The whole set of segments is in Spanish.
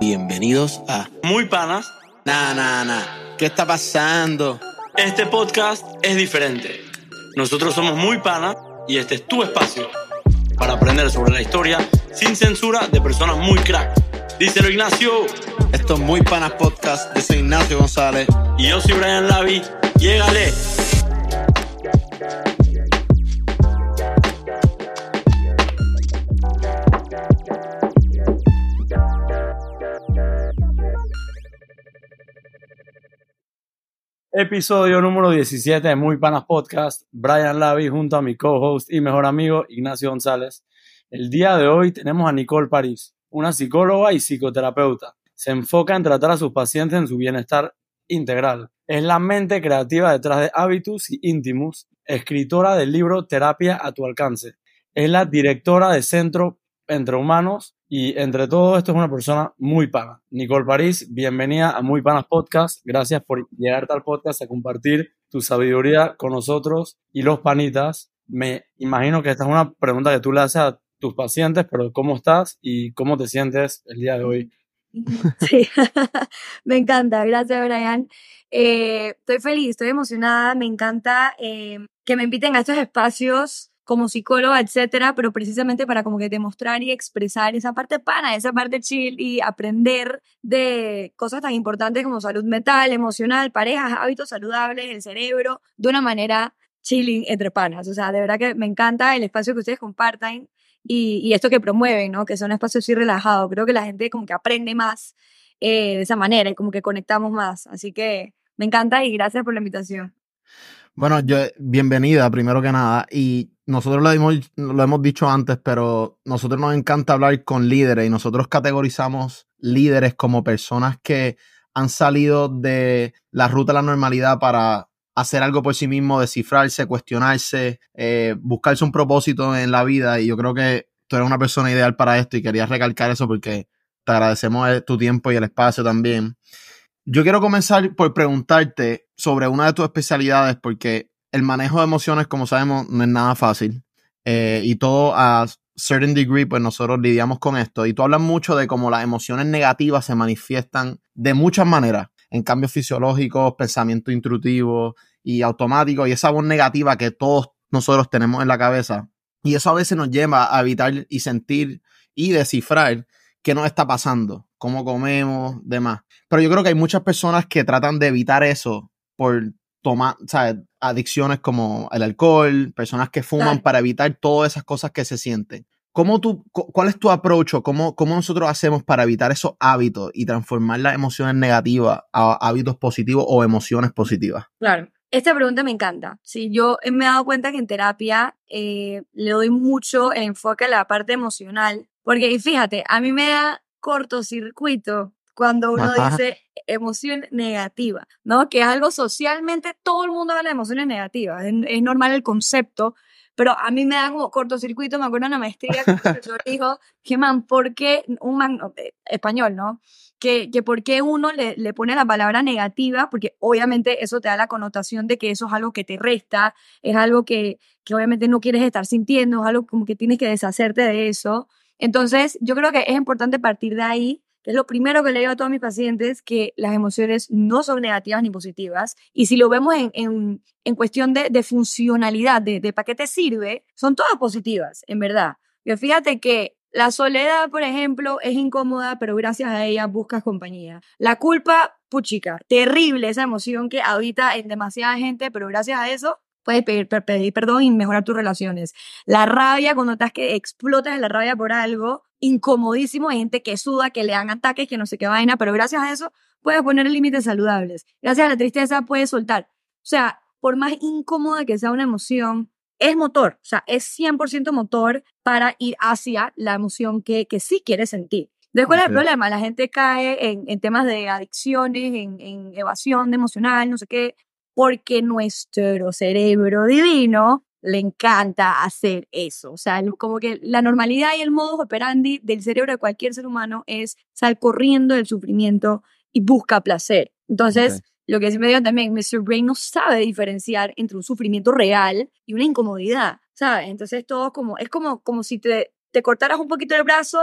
Bienvenidos a Muy Panas. Nah. ¿Qué está pasando? Este podcast es diferente. Nosotros somos Muy Panas y este es tu espacio para aprender sobre la historia sin censura de personas muy crack. Díselo, Ignacio. Esto es Muy Panas Podcast. Yo soy Ignacio González. Y yo soy Brian Lavi. ¡Llégale! Episodio número 17 de Muy Panas Podcast. Brian Lavi junto a mi co-host y mejor amigo Ignacio González. El día de hoy tenemos a Nicole París, una psicóloga y psicoterapeuta. Se enfoca en tratar a sus pacientes en su bienestar integral. Es la mente creativa detrás de Habitus y Intimus, escritora del libro Terapia a tu alcance. Es la directora de Centro Entre Humanos y entre todo esto es una persona muy pana. Nicole París, bienvenida a Muy Panas Podcast. Gracias por llegarte al podcast a compartir tu sabiduría con nosotros y los panitas. Me imagino que esta es una pregunta que tú le haces a tus pacientes, pero ¿cómo estás y cómo te sientes el día de hoy? Sí, me encanta, gracias Brian. Estoy feliz, estoy emocionada, me encanta que me inviten a estos espacios como psicóloga, etcétera, pero precisamente para como que demostrar y expresar esa parte pana, esa parte chill y aprender de cosas tan importantes como salud mental, emocional, parejas, hábitos saludables, el cerebro, de una manera chilling entre panas. O sea, de verdad que me encanta el espacio que ustedes compartan y esto que promueven, ¿no? Que son espacios así relajados. Creo que la gente como que aprende más de esa manera y como que conectamos más. Así que me encanta y gracias por la invitación. Bueno, bienvenida primero que nada, y nosotros lo hemos dicho antes, pero nosotros nos encanta hablar con líderes y nosotros categorizamos líderes como personas que han salido de la ruta de la normalidad para hacer algo por sí mismo, descifrarse, cuestionarse, buscarse un propósito en la vida, y yo creo que tú eres una persona ideal para esto y quería recalcar eso porque te agradecemos tu tiempo y el espacio también. Yo quiero comenzar por preguntarte sobre una de tus especialidades, porque el manejo de emociones, como sabemos, no es nada fácil. Y todo a certain degree, pues nosotros lidiamos con esto. Y tú hablas mucho de cómo las emociones negativas se manifiestan de muchas maneras, en cambios fisiológicos, pensamiento intuitivo y automático, y esa voz negativa que todos nosotros tenemos en la cabeza. Y eso a veces nos lleva a evitar y sentir y descifrar qué nos está pasando, cómo comemos, demás. Pero yo creo que hay muchas personas que tratan de evitar eso por tomar, ¿sabes? Adicciones como el alcohol, personas que fuman para evitar todas esas cosas que se sienten. ¿Cuál es tu approach? ¿Cómo nosotros hacemos para evitar esos hábitos y transformar las emociones negativas a hábitos positivos o emociones positivas? Claro. Esta pregunta me encanta. Sí, yo me he dado cuenta que en terapia le doy mucho enfoque a la parte emocional. Porque fíjate, a mí me da cortocircuito cuando uno dice emoción negativa, ¿no? Que es algo socialmente, todo el mundo habla de emociones negativas. Es normal el concepto, pero a mí me da como cortocircuito. Me acuerdo en la maestría que el profesor dijo que, ¿por qué español, ¿no? Que por qué uno le pone la palabra negativa, porque obviamente eso te da la connotación de que eso es algo que te resta, es algo que obviamente no quieres estar sintiendo, es algo como que tienes que deshacerte de eso. Entonces, yo creo que es importante partir de ahí, que es lo primero que le digo a todos mis pacientes, que las emociones no son negativas ni positivas. Y si lo vemos en cuestión de funcionalidad, de para qué te sirve, son todas positivas, en verdad. Pero fíjate que la soledad, por ejemplo, es incómoda, pero gracias a ella buscas compañía. La culpa, puchica, terrible esa emoción que habita en demasiada gente, pero gracias a eso puedes pedir perdón y mejorar tus relaciones. La rabia, cuando estás que explotas en la rabia por algo, incomodísimo. Hay gente que suda, que le dan ataques, que no sé qué vaina, pero gracias a eso puedes poner límites saludables. Gracias a la tristeza puedes soltar. O sea, por más incómoda que sea una emoción, es motor. O sea, es 100% motor para ir hacia la emoción que sí quieres sentir. Entonces, ¿cuál es el problema? La gente cae en temas de adicciones, en evasión emocional, no sé qué, porque nuestro cerebro divino le encanta hacer eso. O sea, como que la normalidad y el modus operandi del cerebro de cualquier ser humano es salir corriendo del sufrimiento y busca placer. Entonces, lo que siempre digo también, Mr. Brain no sabe diferenciar entre un sufrimiento real y una incomodidad, ¿sabes? Entonces, todo es como si te cortaras un poquito el brazo,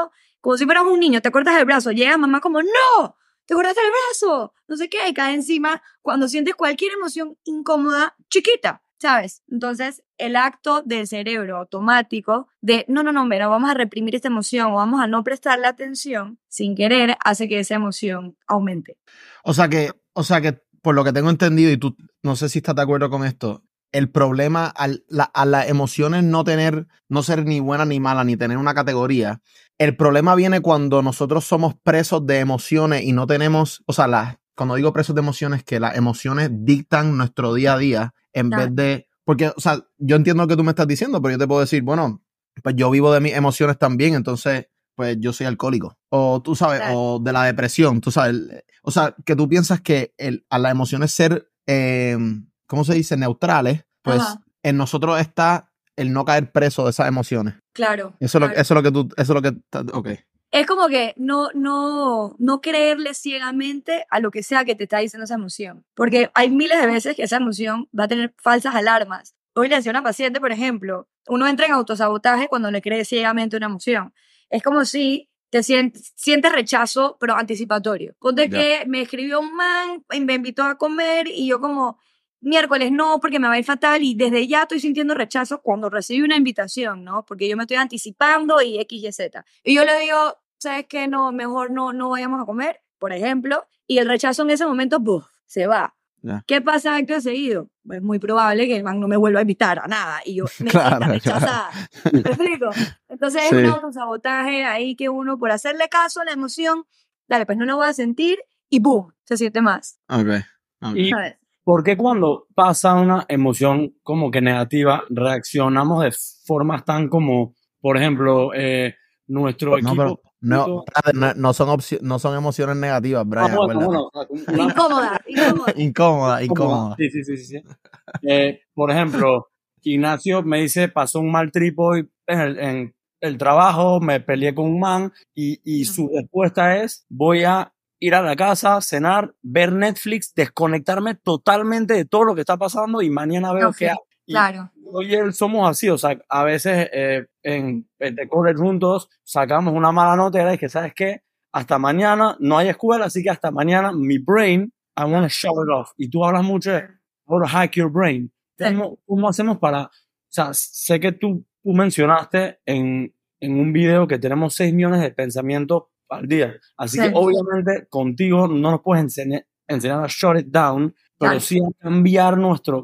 como si fueras un niño, te cortas el brazo, llega mamá como, ¡no! ¡Te cortaste el brazo! No sé qué, y cae encima cuando sientes cualquier emoción incómoda, chiquita, ¿sabes? Entonces, el acto del cerebro automático de, no, mira, vamos a reprimir esta emoción o vamos a no prestarle atención, sin querer, hace que esa emoción aumente. O sea que, por lo que tengo entendido, y tú no sé si estás de acuerdo con esto, el problema a las emociones no ser ni buena ni mala, ni tener una categoría, el problema viene cuando nosotros somos presos de emociones y no tenemos, o sea, cuando digo presos de emociones, que las emociones dictan nuestro día a día en vez de, porque, o sea, yo entiendo lo que tú me estás diciendo, pero yo te puedo decir, bueno, pues yo vivo de mis emociones también, entonces, pues yo soy alcohólico. O tú sabes, o de la depresión, tú sabes. O sea, que tú piensas que a las emociones ser, ¿cómo se dice? Neutrales, pues en nosotros está el no caer preso de esas emociones. Claro. Eso es lo que ok. Es como que no creerle ciegamente a lo que sea que te está diciendo esa emoción. Porque hay miles de veces que esa emoción va a tener falsas alarmas. Hoy le decía a una paciente, por ejemplo, uno entra en autosabotaje cuando le cree ciegamente una emoción. Es como si te sientes rechazo, pero anticipatorio. Ponte que me escribió un man, me invitó a comer y yo como, miércoles no, porque me va a ir fatal y desde ya estoy sintiendo rechazo cuando recibí una invitación, ¿no? Porque yo me estoy anticipando y X, Y, Z. Y yo le digo, ¿sabes qué? No, mejor no vayamos a comer, por ejemplo, y el rechazo en ese momento, ¡buf!, se va. Yeah. ¿Qué pasa acto seguido? Es muy probable que el man no me vuelva a invitar a nada y yo me sienta rechazada. ¿Me explico? Entonces es un autosabotaje ahí que uno, por hacerle caso a la emoción, dale, pues no lo voy a sentir y ¡boom!, se siente más. Okay. Y ¿por qué cuando pasa una emoción como que negativa reaccionamos de formas tan como, por ejemplo, nuestro equipo... No son emociones negativas, Brian. Bueno, Incómoda. Sí. Por ejemplo, Ignacio me dice, pasó un mal trip hoy en el trabajo, me peleé con un man y su respuesta es, voy a ir a la casa, cenar, ver Netflix, desconectarme totalmente de todo lo que está pasando y mañana veo qué hago. Claro. Hoy él somos así, o sea, a veces en The College juntos sacamos una mala nota y era que, ¿sabes qué? Hasta mañana no hay escuela, así que hasta mañana mi brain, I want to shut it off. Y tú hablas mucho de how to hack your brain. ¿Cómo hacemos para, o sea, sé que tú mencionaste en un video que tenemos 6 millones de pensamientos al día, así que obviamente contigo no nos puedes enseñar a shut it down, pero sí a cambiar nuestro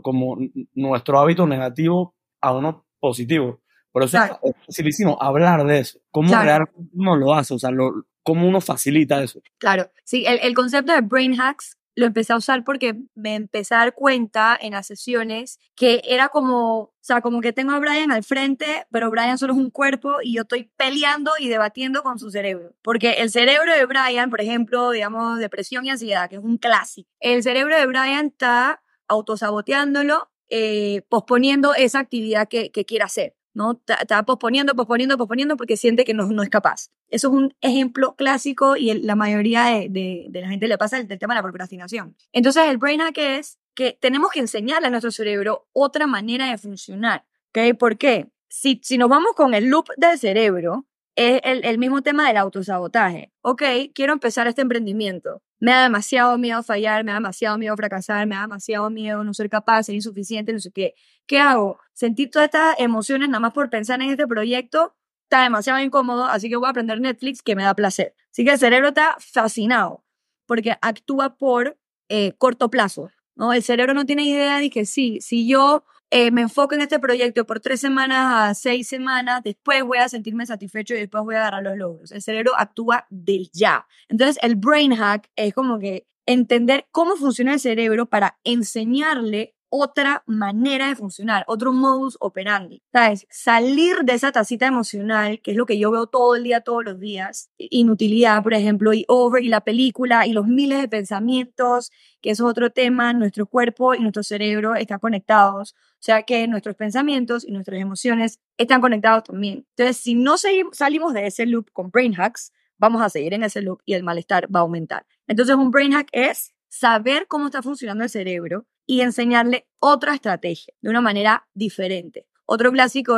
hábito negativo a uno positivo. Por eso si le hicimos hablar de eso, cómo uno lo hace, o sea, cómo uno facilita eso. Claro, sí, el concepto de brain hacks lo empecé a usar porque me empecé a dar cuenta en las sesiones que era como, o sea, como que tengo a Brian al frente, pero Brian solo es un cuerpo y yo estoy peleando y debatiendo con su cerebro. Porque el cerebro de Brian, por ejemplo, digamos, depresión y ansiedad, que es un clásico, el cerebro de Brian está autosaboteándolo, posponiendo esa actividad que quiere hacer, ¿no? Está posponiendo porque siente que no es capaz. Eso es un ejemplo clásico y la mayoría de la gente le pasa el tema de la procrastinación. Entonces el brain hack es que tenemos que enseñarle a nuestro cerebro otra manera de funcionar, ¿ok? ¿Por qué? Si nos vamos con el loop del cerebro, es el mismo tema del autosabotaje. Ok, quiero empezar este emprendimiento. Me da demasiado miedo fallar, me da demasiado miedo fracasar, me da demasiado miedo no ser capaz, ser insuficiente, no sé qué. ¿Qué hago? Sentir todas estas emociones nada más por pensar en este proyecto está demasiado incómodo, así que voy a aprender Netflix que me da placer. Así que el cerebro está fascinado porque actúa por corto plazo, ¿no? El cerebro no tiene idea de que si yo me enfoco en este proyecto por 3 semanas a 6 semanas, después voy a sentirme satisfecho y después voy a agarrar los logros. El cerebro actúa del ya. Entonces, el brain hack es como que entender cómo funciona el cerebro para enseñarle otra manera de funcionar, otro modus operandi, ¿sabes? Salir de esa tacita emocional, que es lo que yo veo todo el día, todos los días, inutilidad, por ejemplo, y la película, y los miles de pensamientos, que eso es otro tema, nuestro cuerpo y nuestro cerebro están conectados, o sea que nuestros pensamientos y nuestras emociones están conectados también. Entonces, si no salimos de ese loop con brain hacks, vamos a seguir en ese loop y el malestar va a aumentar. Entonces, un brain hack es saber cómo está funcionando el cerebro y enseñarle otra estrategia de una manera diferente. Otro clásico es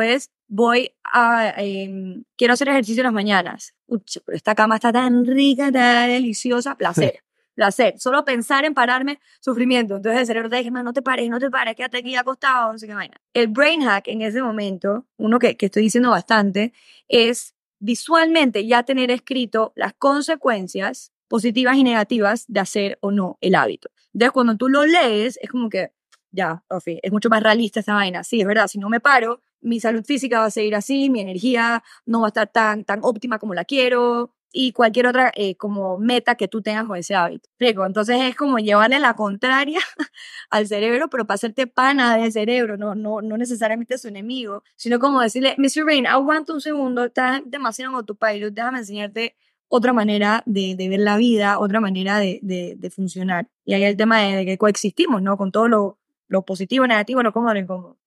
quiero hacer ejercicio en las mañanas. Uch, pero esta cama está tan rica, tan deliciosa, placer. Placer, solo pensar en pararme, sufrimiento. Entonces el cerebro te dice, no te pares, quédate aquí acostado, no sé qué vaina. El brain hack en ese momento, uno que estoy diciendo bastante, es visualmente ya tener escrito las consecuencias positivas y negativas de hacer o no el hábito. Entonces cuando tú lo lees, es como que, ya, Ofi, es mucho más realista esta vaina. Sí, es verdad, si no me paro, mi salud física va a seguir así, mi energía no va a estar tan óptima como la quiero, y cualquier otra como meta que tú tengas con ese hábito. ¿Rico? Entonces es como llevarle la contraria al cerebro, pero para hacerte pana del cerebro, no necesariamente su enemigo, sino como decirle, Mr. Brain, aguanta un segundo, estás demasiado en autopilot, déjame enseñarte otra manera de ver la vida, otra manera de funcionar. Y ahí el tema de que coexistimos, ¿no? Con todo lo positivo, negativo, lo cómodo, lo incómodo.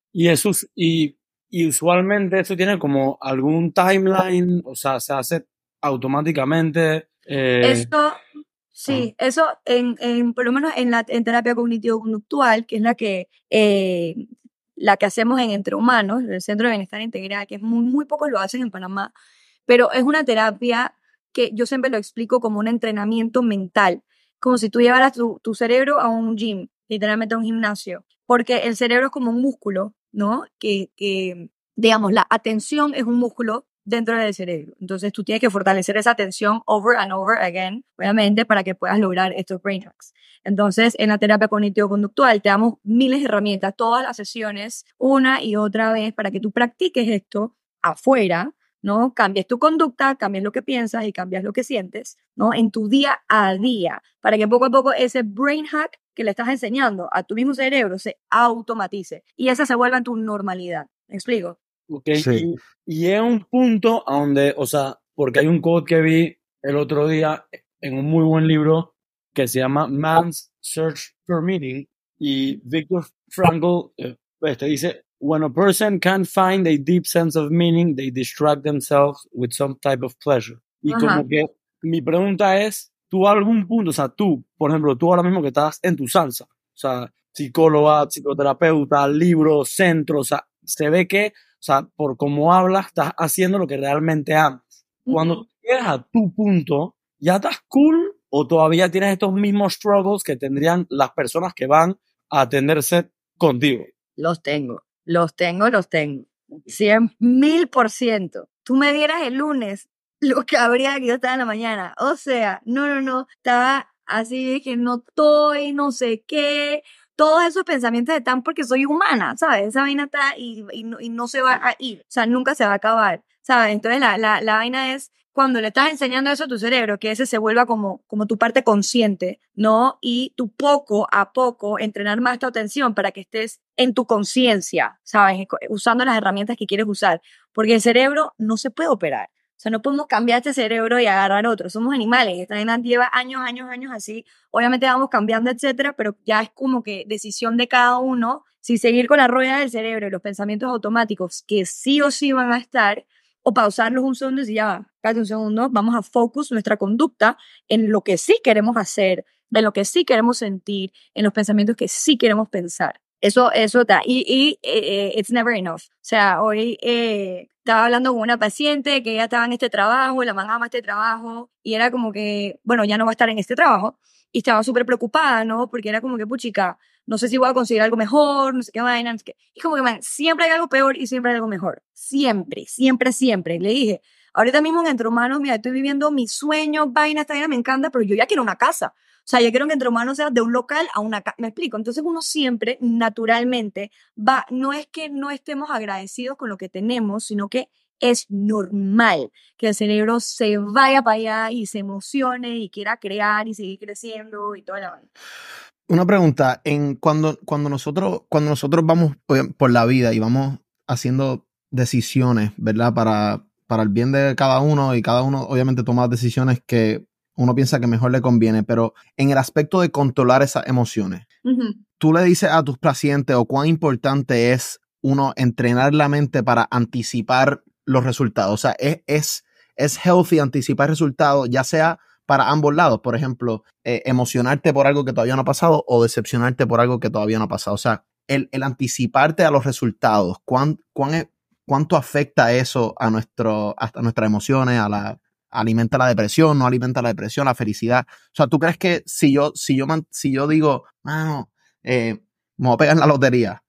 Y usualmente eso tiene como algún timeline, o sea, se hace automáticamente. Eso, sí, eso por lo menos en terapia cognitivo-conductual, que es la que hacemos en Entre Humanos, el Centro de Bienestar Integral, que es muy pocos lo hacen en Panamá, pero es una terapia que yo siempre lo explico como un entrenamiento mental, como si tú llevaras tu cerebro a un gym, literalmente a un gimnasio, porque el cerebro es como un músculo, ¿no? Que digamos, la atención es un músculo dentro del cerebro. Entonces tú tienes que fortalecer esa atención over and over again, obviamente, para que puedas lograr estos brain hacks. Entonces, en la terapia cognitivo-conductual te damos miles de herramientas, todas las sesiones, una y otra vez, para que tú practiques esto afuera, ¿no? Cambies tu conducta, cambies lo que piensas y cambias lo que sientes, ¿no? En tu día a día, para que poco a poco ese brain hack que le estás enseñando a tu mismo cerebro se automatice y esa se vuelva en tu normalidad. ¿Me explico? Okay. Sí. Y es un punto a donde, o sea, porque hay un quote que vi el otro día en un muy buen libro que se llama Man's Search for Meaning, y Viktor Frankl te dice, when a person can't find a deep sense of meaning, they distract themselves with some type of pleasure. Y como que mi pregunta es, tú a algún punto, o sea, tú, por ejemplo, tú ahora mismo que estás en tu salsa, o sea, psicóloga, psicoterapeuta, libro, centro, o sea, se ve que, o sea, por cómo hablas, estás haciendo lo que realmente amas. Cuando llegas a tu punto, ¿ya estás cool o todavía tienes estos mismos struggles que tendrían las personas que van a atenderse contigo? Los tengo. 100,000%. Tú me dieras el lunes lo que habría que yo estaba en la mañana. O sea, no. Estaba así que no estoy, no sé qué. Todos esos pensamientos están porque soy humana, ¿sabes? Esa vaina está y no se va a ir. O sea, nunca se va a acabar, ¿sabes? Entonces la vaina es cuando le estás enseñando eso a tu cerebro, que ese se vuelva como tu parte consciente, ¿no? Y tú poco a poco entrenar más tu atención para que estés en tu conciencia, ¿sabes? Usando las herramientas que quieres usar. Porque el cerebro no se puede operar. O sea, no podemos cambiar este cerebro y agarrar otro. Somos animales. Esta vaina lleva años así. Obviamente vamos cambiando, etcétera, pero ya es como que decisión de cada uno si seguir con la rueda del cerebro y los pensamientos automáticos que sí o sí van a estar, o pausarlos un segundo y decir, ya va, cállate un segundo, vamos a focus nuestra conducta en lo que sí queremos hacer, en lo que sí queremos sentir, en los pensamientos que sí queremos pensar. Eso está. Y it's never enough. O sea, hoy estaba hablando con una paciente que ella estaba en este trabajo, la man ama este trabajo, y era como que, bueno, ya no va a estar en este trabajo, y estaba súper preocupada, ¿no? Porque era como que, puchica, no sé si voy a conseguir algo mejor, no sé qué vaina, no sé qué. Y como que, man, siempre hay algo peor y siempre hay algo mejor. Siempre. Le dije, ahorita mismo en Entre Humanos, mira, estoy viviendo mis sueños, vaina, esta vaina me encanta, pero yo ya quiero una casa. O sea, yo quiero que Entre Humanos sea de un local a una casa. ¿Me explico? Entonces uno siempre, naturalmente, no es que no estemos agradecidos con lo que tenemos, sino que es normal que el cerebro se vaya para allá y se emocione y quiera crear y seguir creciendo y toda la vaina. Una pregunta, cuando nosotros vamos por la vida y vamos haciendo decisiones, ¿verdad? Para el bien de cada uno, y cada uno obviamente toma decisiones que uno piensa que mejor le conviene, pero en el aspecto de controlar esas emociones, tú le dices a tus pacientes o cuán importante es uno entrenar la mente para anticipar los resultados. O sea, es healthy anticipar resultados, ya sea para ambos lados. Por ejemplo, emocionarte por algo que todavía no ha pasado o decepcionarte por algo que todavía no ha pasado. O sea, el anticiparte a los resultados, ¿cuán cuánto afecta eso hasta nuestras emociones, alimenta la depresión, no alimenta la depresión, la felicidad. O sea, ¿tú crees que si yo digo, mano, me voy a pegar en la lotería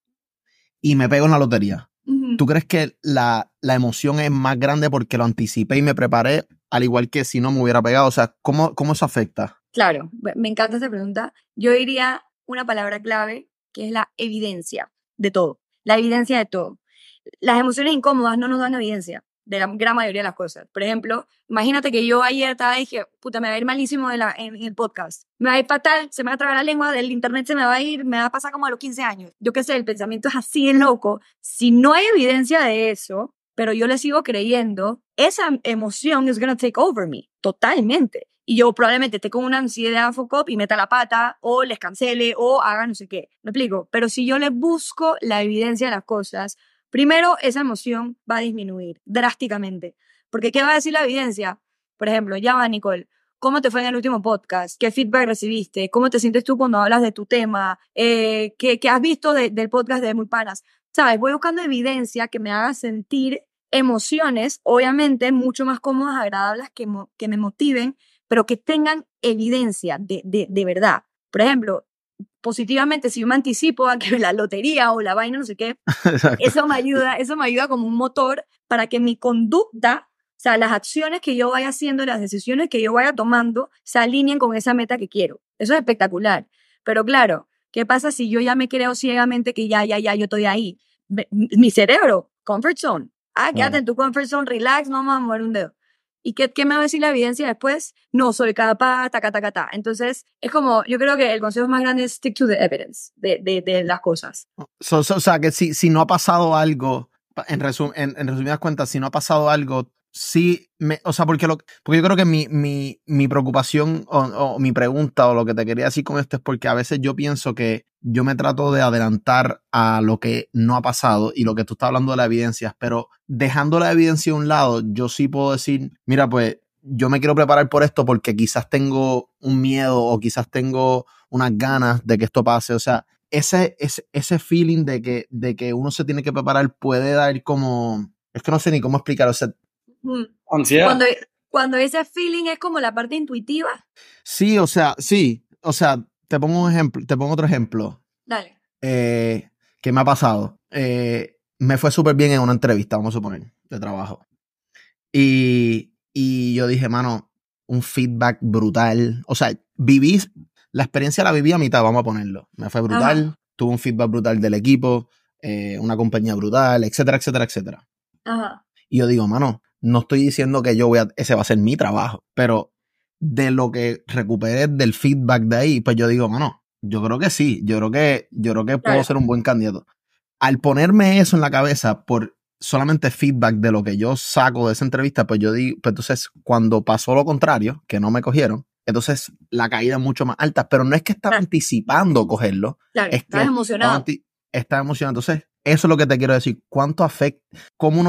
y me pego en la lotería, ¿tú crees que la emoción es más grande porque lo anticipé y me preparé, al igual que si no me hubiera pegado? O sea, ¿cómo eso afecta? Claro, me encanta esta pregunta. Yo diría una palabra clave que es la evidencia de todo. La evidencia de todo. Las emociones incómodas no nos dan evidencia de la gran mayoría de las cosas. Por ejemplo, imagínate que yo ayer estaba y dije, puta, me va a ir malísimo en el podcast. Me va a ir fatal, se me va a tragar la lengua, del internet se me va a ir, me va a pasar como a los 15 años. Yo qué sé, el pensamiento es así de loco. Si no hay evidencia de eso, pero yo le sigo creyendo, esa emoción is gonna take over me, totalmente. Y yo probablemente esté con una ansiedad focop y meta la pata, o les cancele, o haga no sé qué. ¿Me explico? Pero si yo le busco la evidencia de las cosas, primero esa emoción va a disminuir drásticamente. Porque ¿qué va a decir la evidencia? Por ejemplo, ya va, Nicole, ¿cómo te fue en el último podcast? ¿Qué feedback recibiste? ¿Cómo te sientes tú cuando hablas de tu tema? ¿Qué has visto del podcast de Muy Panas? ¿Sabes? Voy buscando evidencia que me haga sentir emociones, obviamente, mucho más cómodas, agradables, que me motiven, pero que tengan evidencia de verdad. Por ejemplo, positivamente, si yo me anticipo a que la lotería o la vaina, no sé qué, eso me ayuda como un motor para que mi conducta, o sea, las acciones que yo vaya haciendo, las decisiones que yo vaya tomando, se alineen con esa meta que quiero. Eso es espectacular. Pero claro, ¿qué pasa si yo ya me creo ciegamente que ya, yo estoy ahí? Mi cerebro, comfort zone. Quédate en tu comfort zone, relax, no vamos a mover un dedo. ¿Y qué me va a decir la evidencia después? No, soy capaz, ta. Entonces, es como, yo creo que el consejo más grande es stick to the evidence de las cosas. O sea, que si no ha pasado algo, en resumidas cuentas, si no ha pasado algo, o sea, porque yo creo que mi preocupación o mi pregunta o lo que te quería decir con esto es porque a veces yo pienso que yo me trato de adelantar a lo que no ha pasado y lo que tú estás hablando de las evidencias, pero dejando la evidencia a un lado, yo sí puedo decir, mira, pues yo me quiero preparar por esto porque quizás tengo un miedo o quizás tengo unas ganas de que esto pase. O sea, ese feeling de que uno se tiene que preparar puede dar como, es que no sé ni cómo explicarlo. O sea, ansiedad. Cuando ese feeling es como la parte intuitiva. Sí, o sea, te pongo otro ejemplo. Dale. ¿Qué me ha pasado? Me fue súper bien en una entrevista, vamos a suponer, de trabajo. Y yo dije, mano, un feedback brutal. O sea, la experiencia la viví a mitad, vamos a ponerlo. Me fue brutal, Ajá. tuve un feedback brutal del equipo, una compañía brutal, etcétera. Ajá. Y yo digo, mano, no estoy diciendo que ese va a ser mi trabajo, pero de lo que recuperé del feedback de ahí, pues yo digo, mano, yo creo que sí, yo creo que puedo Claro. ser un buen candidato. Al ponerme eso en la cabeza por solamente feedback de lo que yo saco de esa entrevista, pues yo digo, pues entonces cuando pasó lo contrario, que no me cogieron, entonces la caída es mucho más alta, pero no es que estaba anticipando cogerlo, Claro, es que estás emocionado. estaba emocionado. Entonces, eso es lo que te quiero decir. ¿Cuánto afecta? ¿Cómo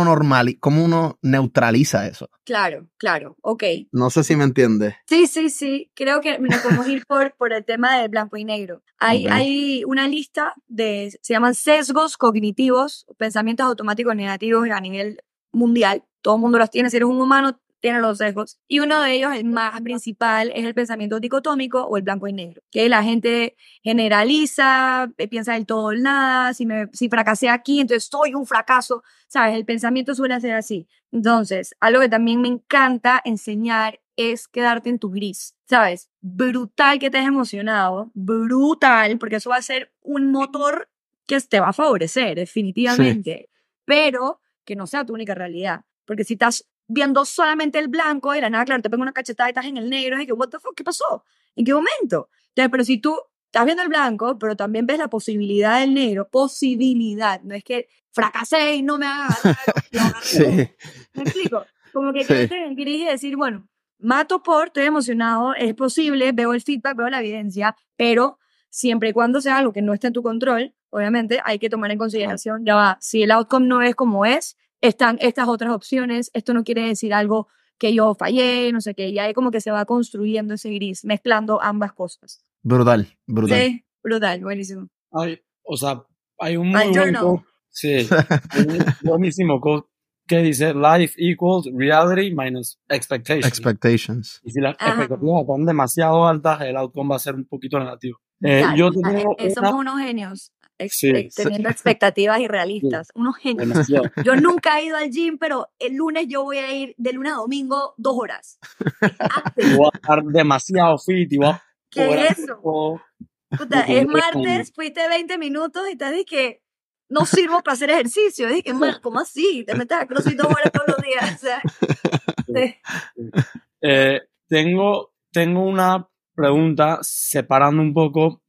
uno neutraliza eso? Claro, ok. No sé si me entiendes. Sí. Creo que nos podemos ir por el tema de blanco y negro. Hay una lista se llaman sesgos cognitivos, pensamientos automáticos negativos a nivel mundial. Todo el mundo los tiene. Si eres un humano, tienes los sesgos. Y uno de ellos, el más principal, es el pensamiento dicotómico o el blanco y negro. Que la gente generaliza, piensa del todo o el nada. Si fracasé aquí, entonces soy un fracaso. ¿Sabes? El pensamiento suele ser así. Entonces, algo que también me encanta enseñar es quedarte en tu gris, ¿sabes? Brutal que estés emocionado, brutal, porque eso va a ser un motor que te va a favorecer, definitivamente, pero que no sea tu única realidad, porque si estás viendo solamente el blanco y de la nada, claro, te pega una cachetada y estás en el negro, y que, what the fuck, ¿qué pasó? ¿En qué momento? Entonces, pero si tú estás viendo el blanco, pero también ves la posibilidad del negro, posibilidad, no es que fracasé y no me haga ganar. Sí. ¿Me explico? Como que quedarte en el gris y decir, bueno, estoy emocionado, es posible, veo el feedback, veo la evidencia, pero siempre y cuando sea algo que no esté en tu control, obviamente hay que tomar en consideración, ya va, si el outcome no es como es, están estas otras opciones, esto no quiere decir algo que yo fallé, no sé qué, y ahí como que se va construyendo ese gris, mezclando ambas cosas. Brutal. Sí, brutal, buenísimo. O sea, hay un muy buen quote. Sí, un buenísimo quote que dice life equals reality minus expectations. Expectations. Y si las Ajá. expectativas están demasiado altas, el outcome va a ser un poquito negativo. Ya, Yo te tengo somos una... unos genios Sí, teniendo expectativas sí, irrealistas, unos genios. demasiado. Yo nunca he ido al gym, pero el lunes yo voy a ir de lunes a domingo 2 horas. Y voy a estar demasiado fit y voy a ¿Qué poder es hacer eso? todo Puta, lo que es yo martes, fuiste 20 minutos y te dije que no sirvo para hacer ejercicio. Dije, ¿cómo así? Te metes a CrossFit 2 horas todos los días. O sea, Tengo una pregunta separando un poco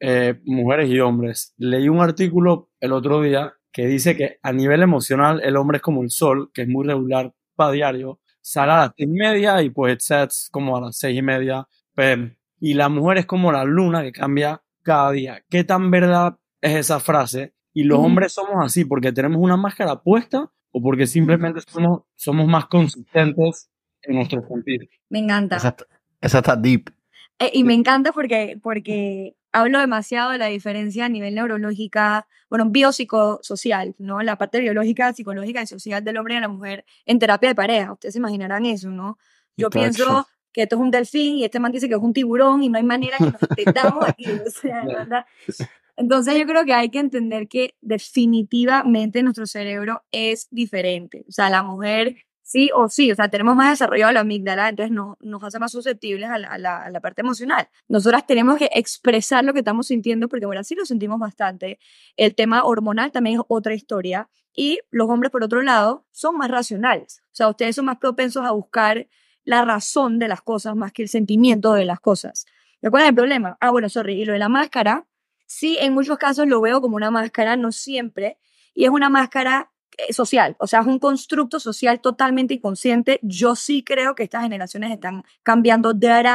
mujeres y hombres. Leí un artículo el otro día que dice que a nivel emocional el hombre es como el sol, que es muy regular para diario, sale a las 6:30 y pues sets como a las 6:30 p.m. Y la mujer es como la luna que cambia cada día. ¿Qué tan verdad es esa frase? Y los hombres somos así porque tenemos una máscara puesta o porque simplemente somos más consistentes en nuestro sentido. me encanta. Esa está deep. Y me encanta porque hablo demasiado de la diferencia a nivel neurológica, bueno, biopsicosocial, ¿no? La parte biológica, psicológica y social del hombre y de la mujer en terapia de pareja. Ustedes se imaginarán eso, ¿no? Yo pienso que esto es un delfín y este man dice que es un tiburón y no hay manera que nos entendamos aquí. O sea, ¿verdad? Entonces yo creo que hay que entender que definitivamente nuestro cerebro es diferente. O sea, la mujer sí o sí, o sea, tenemos más desarrollado la amígdala, entonces nos hace más susceptibles a la parte emocional. Nosotras tenemos que expresar lo que estamos sintiendo, porque bueno, sí lo sentimos bastante. El tema hormonal también es otra historia. Y los hombres, por otro lado, son más racionales. O sea, ustedes son más propensos a buscar la razón de las cosas más que el sentimiento de las cosas. ¿Cuál es el problema? Bueno, sorry, y lo de la máscara, sí, en muchos casos lo veo como una máscara, no siempre, y es una máscara social, o sea, es un constructo social totalmente inconsciente. Yo sí creo que estas generaciones están cambiando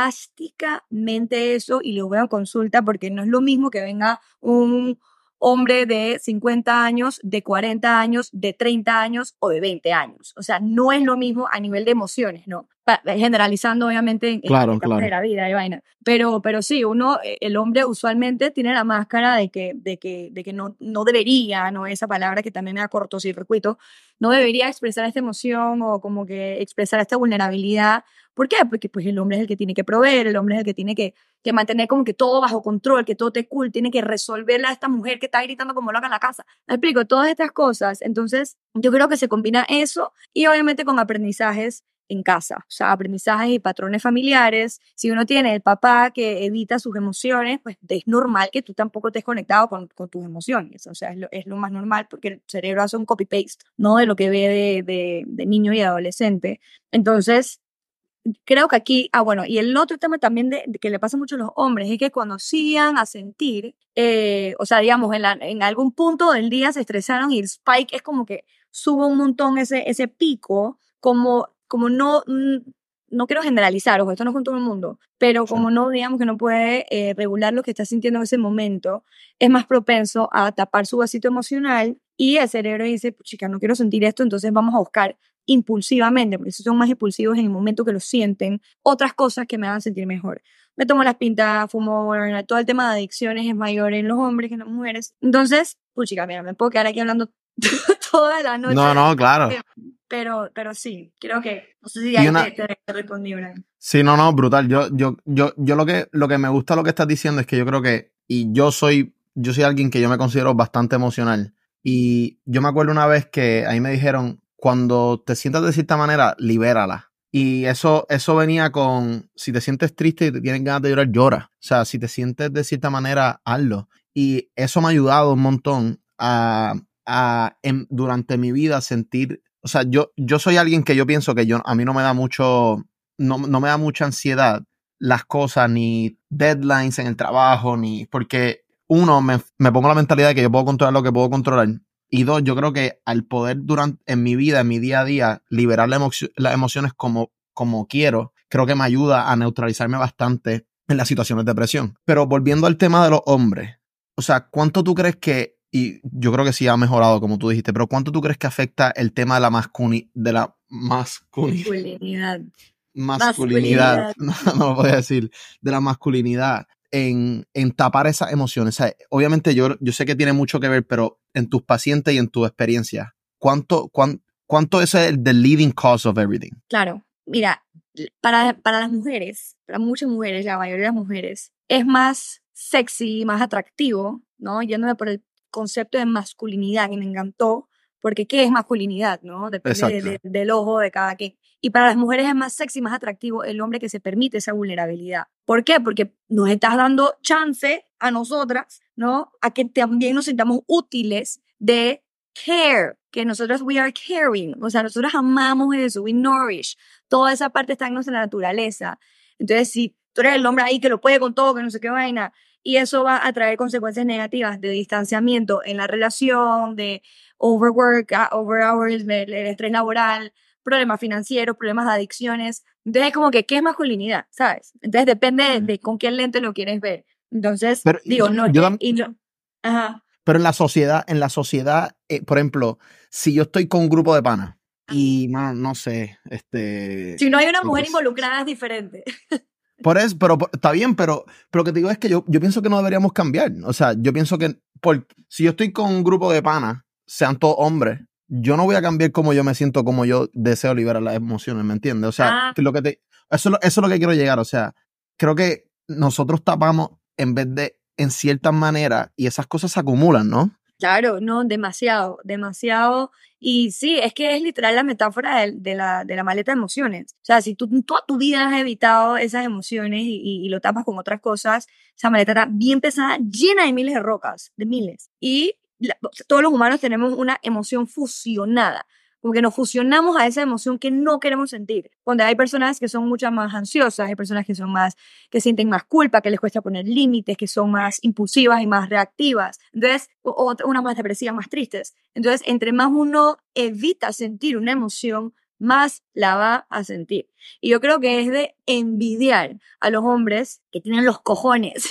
drásticamente eso y lo veo en consulta porque no es lo mismo que venga un hombre de 50 años, de 40 años, de 30 años o de 20 años. O sea, no es lo mismo a nivel de emociones, ¿no? Generalizando obviamente en Claro, etapas de claro. la vida y vaina. Pero sí, el hombre usualmente tiene la máscara de que no debería, ¿no? Esa palabra que también me da cortocircuito, no debería expresar esta emoción o como que expresar esta vulnerabilidad. ¿Por qué? Porque pues el hombre es el que tiene que proveer, el hombre es el que tiene que mantener como que todo bajo control, que todo esté cool, tiene que resolverle a esta mujer que está gritando como loca en la casa. Me explico, todas estas cosas. Entonces, yo creo que se combina eso y obviamente con aprendizajes en casa, o sea, aprendizajes y patrones familiares. Si uno tiene el papá que evita sus emociones, pues es normal que tú tampoco estés conectado con tus emociones, o sea, es lo más normal porque el cerebro hace un copy-paste, ¿no? De lo que ve de niño y adolescente. Entonces, creo que aquí, bueno, y el otro tema también de que le pasa mucho a los hombres es que cuando sigan a sentir, o sea, digamos, en algún punto del día se estresaron y el spike es como que sube un montón ese pico, como no quiero generalizar, ojo, esto no es con todo el mundo, pero como no, digamos que no puede regular lo que está sintiendo en ese momento, es más propenso a tapar su vasito emocional y el cerebro dice, chica, no quiero sentir esto, entonces vamos a buscar impulsivamente, porque si son más impulsivos en el momento que lo sienten, otras cosas que me hagan sentir mejor. Me tomo las pintas, fumo, todo el tema de adicciones es mayor en los hombres que en las mujeres. Entonces, chica, mira, me puedo quedar aquí hablando toda la noche. No, claro. Pero sí, creo que, no sé si ahí te respondí, Brian. Sí, no, brutal. Yo lo que me gusta lo que estás diciendo es que yo creo que, y yo soy alguien que yo me considero bastante emocional. Y yo me acuerdo una vez que ahí me dijeron, cuando te sientas de cierta manera, libérala. Y eso venía con, si te sientes triste y te tienes ganas de llorar, llora. O sea, si te sientes de cierta manera, hazlo. Y eso me ha ayudado un montón durante mi vida a sentir, o sea, yo soy alguien que yo pienso que a mí no me da mucho, no me da mucha ansiedad las cosas, ni deadlines en el trabajo, ni porque uno, me pongo la mentalidad de que yo puedo controlar lo que puedo controlar. Y dos, yo creo que al poder en mi vida, en mi día a día, liberar las emociones como quiero, creo que me ayuda a neutralizarme bastante en las situaciones de presión. Pero volviendo al tema de los hombres, o sea, ¿cuánto tú crees que, y yo creo que sí ha mejorado como tú dijiste, pero ¿cuánto tú crees que afecta el tema de la masculinidad? Masculinidad. No lo podía decir. De la masculinidad en tapar esas emociones? O sea, obviamente yo sé que tiene mucho que ver, pero en tus pacientes y en tu experiencia, ¿cuánto es the leading cause of everything? Claro, mira, para las mujeres, para muchas mujeres, la mayoría de las mujeres, es más sexy, más atractivo, ¿no? Yéndome por el concepto de masculinidad, que me encantó, porque ¿qué es masculinidad, no? Depende del ojo de cada quien. Y para las mujeres es más sexy, más atractivo el hombre que se permite esa vulnerabilidad. ¿Por qué? Porque nos estás dando chance a nosotras, ¿no? A que también nos sintamos útiles de care, que nosotros we are caring, o sea, nosotros amamos eso, we nourish, toda esa parte está en nuestra naturaleza. Entonces, si tú eres el hombre ahí que lo puede con todo, que no sé qué vaina, y eso va a traer consecuencias negativas de distanciamiento en la relación, de overwork, overhours, el estrés laboral, problemas financieros, problemas de adicciones. Entonces, es como que, ¿qué es masculinidad? ¿Sabes? Entonces, depende de con qué lente lo quieres ver. Entonces, pero, digo, no, ajá. Pero en la sociedad, por ejemplo, si yo estoy con un grupo de panas y, no sé, si no hay una mujer involucrada es diferente. Por eso, pero está bien, pero lo que te digo es que yo pienso que no deberíamos cambiar. O sea, yo pienso que si yo estoy con un grupo de panas, sean todos hombres, yo no voy a cambiar cómo yo me siento, cómo yo deseo liberar las emociones, ¿me entiendes? O sea, eso es lo que quiero llegar. O sea, creo que nosotros tapamos en vez de en ciertas maneras y esas cosas se acumulan, ¿no? Claro, no, demasiado. Y sí, es que es literal la metáfora de la maleta de emociones. O sea, si tú toda tu vida has evitado esas emociones y lo tapas con otras cosas, esa maleta está bien pesada, llena de miles de rocas, de miles. Y todos los humanos tenemos una emoción fusionada. Como que nos fusionamos a esa emoción que no queremos sentir. Donde hay personas que son mucho más ansiosas, hay personas que sienten más culpa, que les cuesta poner límites, que son más impulsivas y más reactivas. Entonces, o unas más depresivas, más tristes. Entonces, entre más uno evita sentir una emoción, más la va a sentir. Y yo creo que es de envidiar a los hombres que tienen los cojones,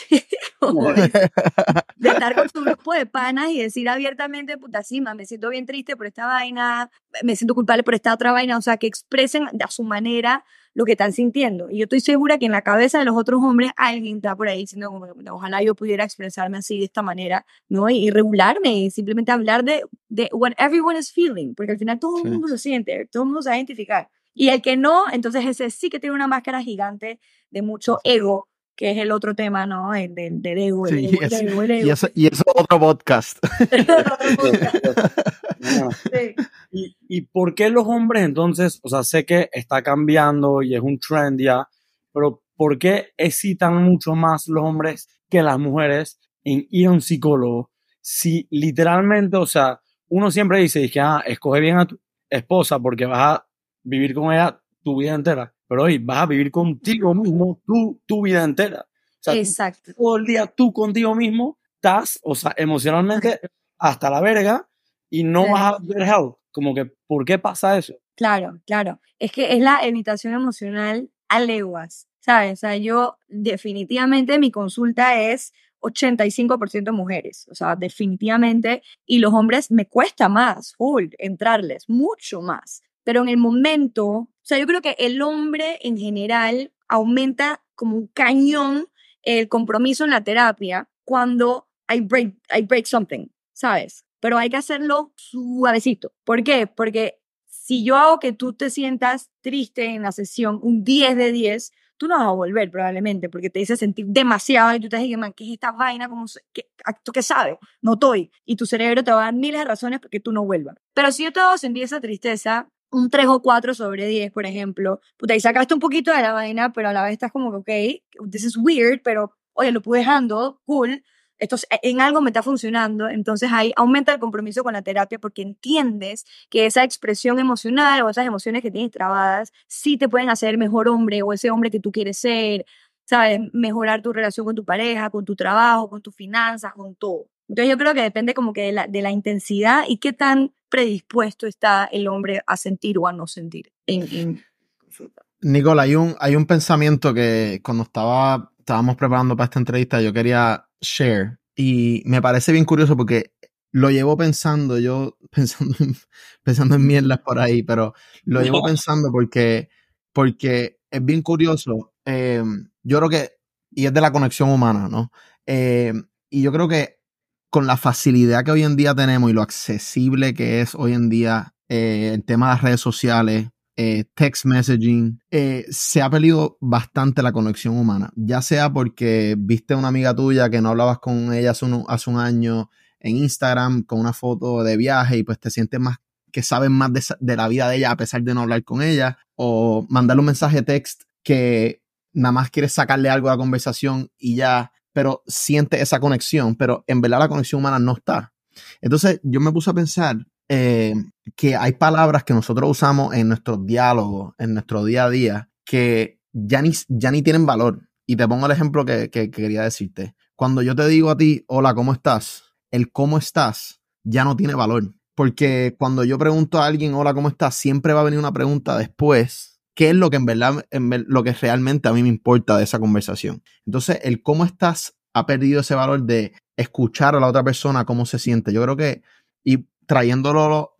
de estar con su grupo de panas y decir abiertamente, puta, sí, me siento bien triste por esta vaina, me siento culpable por esta otra vaina, o sea, que expresen a su manera lo que están sintiendo. Y yo estoy segura que en la cabeza de los otros hombres alguien está por ahí diciendo como, ojalá yo pudiera expresarme así de esta manera, ¿no? Y regularme y simplemente hablar de what everyone is feeling, porque al final todo el mundo lo siente, todo el mundo se va a identificar. Y el que no, entonces ese sí que tiene una máscara gigante de mucho ego, que es el otro tema, ¿no? El del ego, el ego, el ego, el ego. Y eso es otro podcast. Sí. ¿Y por qué los hombres entonces, o sea, sé que está cambiando y es un trend ya, pero ¿por qué excitan mucho más los hombres que las mujeres en ir a un psicólogo? Si literalmente, o sea, uno siempre dice que escoge bien a tu esposa porque vas a vivir con ella tu vida entera, pero hoy vas a vivir contigo mismo tu vida entera. O sea, exacto. Todo el día tú contigo mismo estás, o sea, emocionalmente hasta la verga y no vas a ver help. Como que, ¿por qué pasa eso? Claro. Es que es la evitación emocional a leguas, ¿sabes? O sea, yo definitivamente mi consulta es 85% mujeres, o sea, definitivamente, y los hombres me cuesta más, entrarles, mucho más. Pero en el momento, o sea, yo creo que el hombre en general aumenta como un cañón el compromiso en la terapia cuando I break something, ¿sabes? Pero hay que hacerlo suavecito. ¿Por qué? Porque si yo hago que tú te sientas triste en la sesión, un 10 de 10, tú no vas a volver probablemente porque te dice sentir demasiado y tú te dices, man, ¿qué es esta vaina? ¿Tú qué sabes? No estoy. Y tu cerebro te va a dar miles de razones porque tú no vuelvas. Pero si yo te hago sentir esa tristeza, un 3 o 4 sobre 10, por ejemplo, puta, y sacaste un poquito de la vaina, pero a la vez estás como que, ok, this is weird, pero oye, lo pude dejando, cool, esto en algo me está funcionando, entonces ahí aumenta el compromiso con la terapia porque entiendes que esa expresión emocional o esas emociones que tienes trabadas sí te pueden hacer mejor hombre o ese hombre que tú quieres ser, ¿sabes? Mejorar tu relación con tu pareja, con tu trabajo, con tus finanzas, con todo. Entonces yo creo que depende como que de la intensidad y qué tan predispuesto está el hombre a sentir o a no sentir en consulta. Nicole, hay un pensamiento que cuando estábamos preparando para esta entrevista yo quería share y me parece bien curioso porque lo llevo pensando en mierdas por ahí, pero lo llevo pensando porque es bien curioso. Yo creo que y es de la conexión humana, ¿no? Y yo creo que con la facilidad que hoy en día tenemos y lo accesible que es hoy en día el tema de las redes sociales, text messaging, se ha perdido bastante la conexión humana, ya sea porque viste a una amiga tuya que no hablabas con ella hace un año en Instagram con una foto de viaje y pues te sientes más que sabes más de la vida de ella a pesar de no hablar con ella, o mandarle un mensaje de text que nada más quieres sacarle algo a la conversación y ya, pero siente esa conexión, pero en verdad la conexión humana no está. Entonces yo me puse a pensar que hay palabras que nosotros usamos en nuestros diálogos, en nuestro día a día, que ya ni tienen valor. Y te pongo el ejemplo que quería decirte. Cuando yo te digo a ti, hola, ¿cómo estás? El cómo estás ya no tiene valor. Porque cuando yo pregunto a alguien, hola, ¿cómo estás? Siempre va a venir una pregunta después. ¿Qué es lo que lo que realmente a mí me importa de esa conversación? Entonces, el cómo estás ha perdido ese valor de escuchar a la otra persona cómo se siente. Yo creo que, y trayéndolo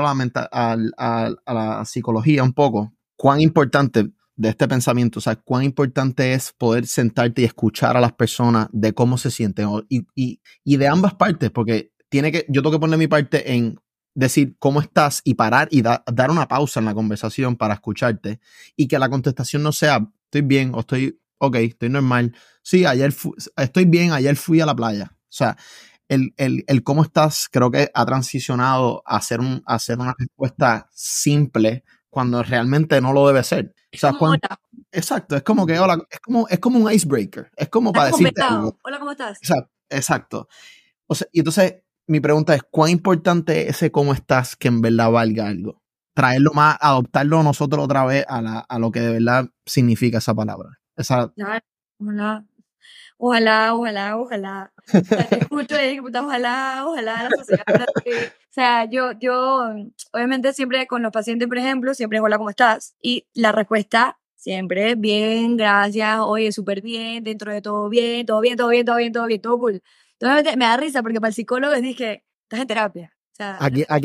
a la psicología un poco, cuán importante de este pensamiento, o sea, cuán importante es poder sentarte y escuchar a las personas de cómo se sienten y de ambas partes, porque yo tengo que poner mi parte en decir cómo estás y parar y dar una pausa en la conversación para escucharte y que la contestación no sea estoy bien o estoy normal. Sí, estoy bien, ayer fui a la playa. O sea, el cómo estás creo que ha transicionado a hacer una respuesta simple cuando realmente no lo debe ser. O sea, exacto, es como que hola, es como un icebreaker. Es como para decirte algo. Hola, ¿cómo estás? Exacto. O sea, y entonces mi pregunta es, ¿cuán importante es ese cómo estás que en verdad valga algo? Traerlo más, adoptarlo nosotros otra vez a lo que de verdad significa esa palabra. Ojalá. O sea, te escucho y puta, ojalá la sociedad. O sea, yo, obviamente siempre con los pacientes, por ejemplo, siempre es hola, ¿cómo estás? Y la respuesta siempre es bien, gracias, oye, súper bien, dentro de todo bien, todo cool. Entonces me da risa porque para el psicólogo es dije, estás en terapia. O sea,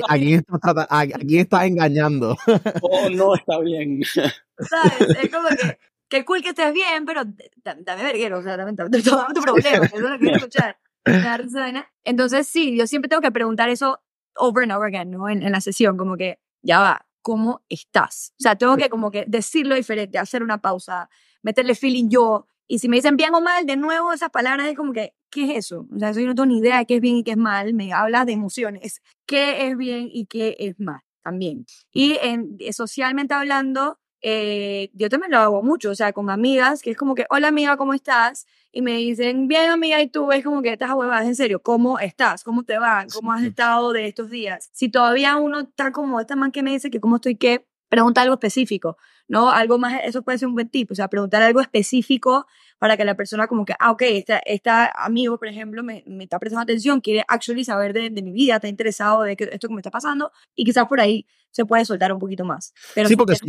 aquí estás engañando. Oh, no está bien. ¿sabes? Es como que cool que estés bien, pero dame verguero, o sea, dame tu problema, eso es lo que quiero escuchar. Me da risa, vaina. Entonces, sí, yo siempre tengo que preguntar eso over and over again, ¿no? En la sesión, como que, ya va, ¿cómo estás? O sea, tengo que como que decirlo diferente, hacer una pausa, meterle feeling yo, y si me dicen bien o mal, de nuevo esas palabras es como que, ¿qué es eso? O sea, eso yo no tengo ni idea de qué es bien y qué es mal, me hablas de emociones, ¿qué es bien y qué es mal? También. Y socialmente hablando, yo también lo hago mucho, o sea, con amigas, que es como que, hola amiga, ¿cómo estás? Y me dicen, bien amiga, y tú es como que estás huevadas, en serio, ¿cómo estás? ¿Cómo te va? ¿Cómo has estado de estos días? Si todavía uno está como, esta man que me dice que cómo estoy, ¿qué? Pregunta algo específico, ¿no? Algo más, eso puede ser un buen tip, o sea, preguntar algo específico para que la persona como que, ok, esta amigo, por ejemplo, me está prestando atención, quiere actually saber de mi vida, está interesado de esto que me está pasando, y quizás por ahí se puede soltar un poquito más. Pero sí, porque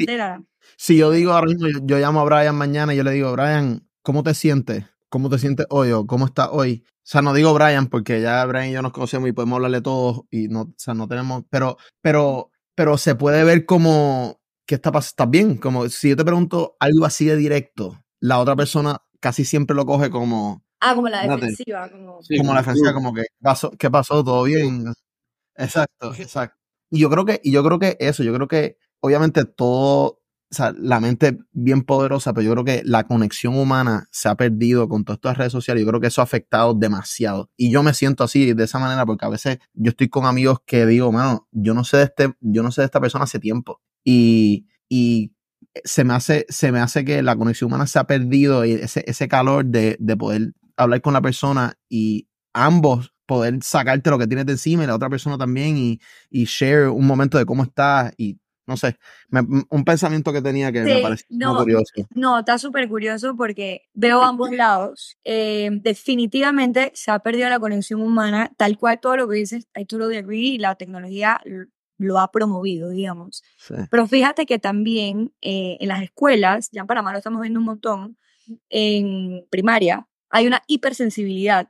si yo digo ahora mismo, yo llamo a Brian mañana y yo le digo, Brian, ¿cómo te sientes? ¿Cómo te sientes hoy o cómo estás hoy? O sea, no digo Brian porque ya Brian y yo nos conocemos y podemos hablarle todos y no, o sea, no tenemos, pero se puede ver como que estás bien. Como si yo te pregunto algo así de directo, la otra persona casi siempre lo coge como... como la defensiva. Como la defensiva, como que, ¿qué pasó? ¿Todo bien? Exacto. Y yo creo que obviamente todo, o sea, la mente es bien poderosa, pero yo creo que la conexión humana se ha perdido con todas estas redes sociales. Yo creo que eso ha afectado demasiado. Y yo me siento así, de esa manera, porque a veces yo estoy con amigos que digo, mano, yo no sé de esta persona hace tiempo. Y se me hace que la conexión humana se ha perdido y ese calor de poder hablar con la persona y ambos poder sacarte lo que tienes de encima y la otra persona también y share un momento de cómo estás y no sé, un pensamiento que tenía que me pareció muy curioso. No, está súper curioso porque veo ambos lados. Definitivamente se ha perdido la conexión humana, tal cual todo lo que dices, I totally agree, y la tecnología lo ha promovido, digamos. Sí. Pero fíjate que también en las escuelas, ya en Panamá lo estamos viendo un montón, en primaria, hay una hipersensibilidad